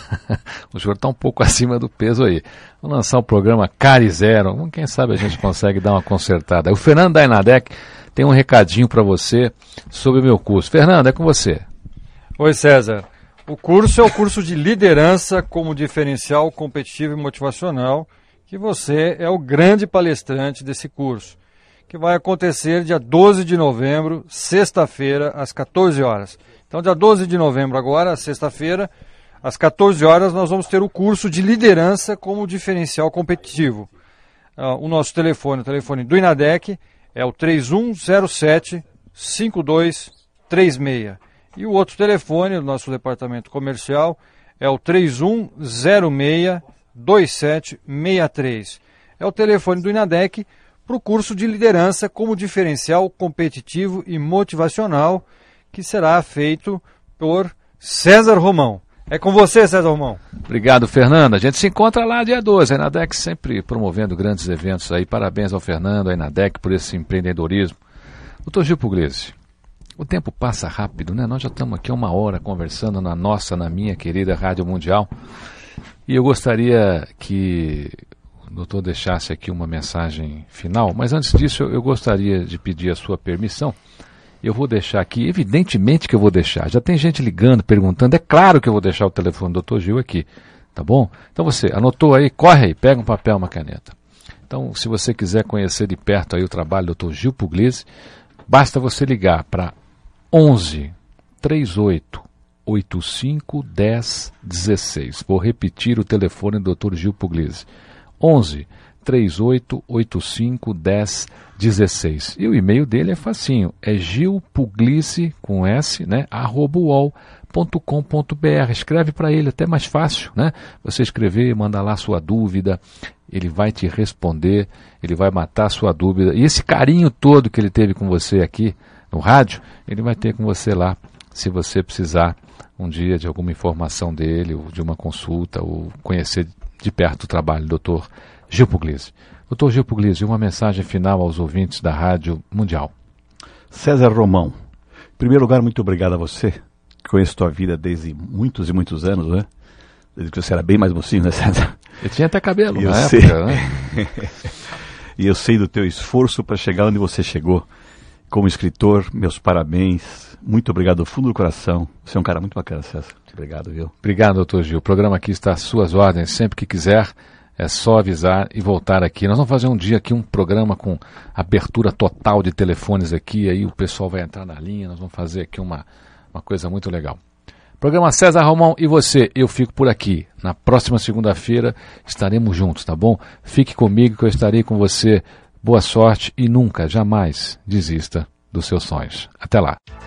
O senhor está um pouco acima do peso aí. Vamos lançar o programa Cari Zero. Quem sabe a gente consegue dar uma consertada. O Fernando da Inadec tem um recadinho para você sobre o meu curso. Fernando, é com você. Oi, César. O curso é o curso de liderança como diferencial competitivo e motivacional, que você é o grande palestrante desse curso, que vai acontecer dia doze de novembro, sexta-feira, às quatorze horas. Então, dia doze de novembro agora, sexta-feira, às quatorze horas, nós vamos ter o curso de liderança como diferencial competitivo. Uh, o nosso telefone, o telefone do Inadec, é o três um zero sete, cinco dois três seis. E o outro telefone do nosso departamento comercial é o três um zero seis, dois sete seis três. É o telefone do Inadec para o curso de liderança como diferencial competitivo e motivacional, que será feito por César Romão. É com você, César Romão. Obrigado, Fernando. A gente se encontra lá dia doze. A Inadec sempre promovendo grandes eventos aí. Parabéns ao Fernando, à Inadec, por esse empreendedorismo. doutor Gil Pugliese, o tempo passa rápido, né? Nós já estamos aqui uma hora conversando na nossa, na minha querida Rádio Mundial. E eu gostaria que o doutor deixasse aqui uma mensagem final. Mas antes disso, eu, eu gostaria de pedir a sua permissão. Eu vou deixar aqui, evidentemente que eu vou deixar. Já tem gente ligando, perguntando. É claro que eu vou deixar o telefone do doutor Gil aqui, tá bom? Então você anotou aí, corre aí, pega um papel, uma caneta. Então, se você quiser conhecer de perto aí o trabalho do doutor Gil Pugliese, basta você ligar para onze, trinta e oito, oitenta e cinco, dez, dezesseis. Vou repetir o telefone do doutor Gil Pugliese. onze, trinta e oito, oitenta e cinco, dez, dezesseis. E o e-mail dele é facinho, é gilpugliese, com S, né, arroba uol ponto com ponto br. Escreve para ele, até mais fácil, né? Você escrever, mandar lá sua dúvida, ele vai te responder, ele vai matar a sua dúvida. E esse carinho todo que ele teve com você aqui no rádio, ele vai ter com você lá, se você precisar um dia de alguma informação dele, ou de uma consulta, ou conhecer de perto o trabalho do doutor Gil Pugliese. doutor Gil Pugliese, uma mensagem final aos ouvintes da Rádio Mundial. César Romão, em primeiro lugar, muito obrigado a você. Conheço tua vida desde muitos e muitos anos, né? Desde que você era bem mais mocinho, né, César? Eu tinha até cabelo eu na sei. época, né? E eu sei do teu esforço para chegar onde você chegou. Como escritor, meus parabéns. Muito obrigado do fundo do coração. Você é um cara muito bacana, César. Obrigado, viu? Obrigado, doutor Gil. O programa aqui está às suas ordens. Sempre que quiser, é só avisar e voltar aqui. Nós vamos fazer um dia aqui um programa com abertura total de telefones aqui. Aí o pessoal vai entrar na linha. Nós vamos fazer aqui uma, uma coisa muito legal. Programa César Romão e você. Eu fico por aqui. Na próxima segunda-feira estaremos juntos, tá bom? Fique comigo que eu estarei com você. Boa sorte e nunca, jamais desista dos seus sonhos. Até lá.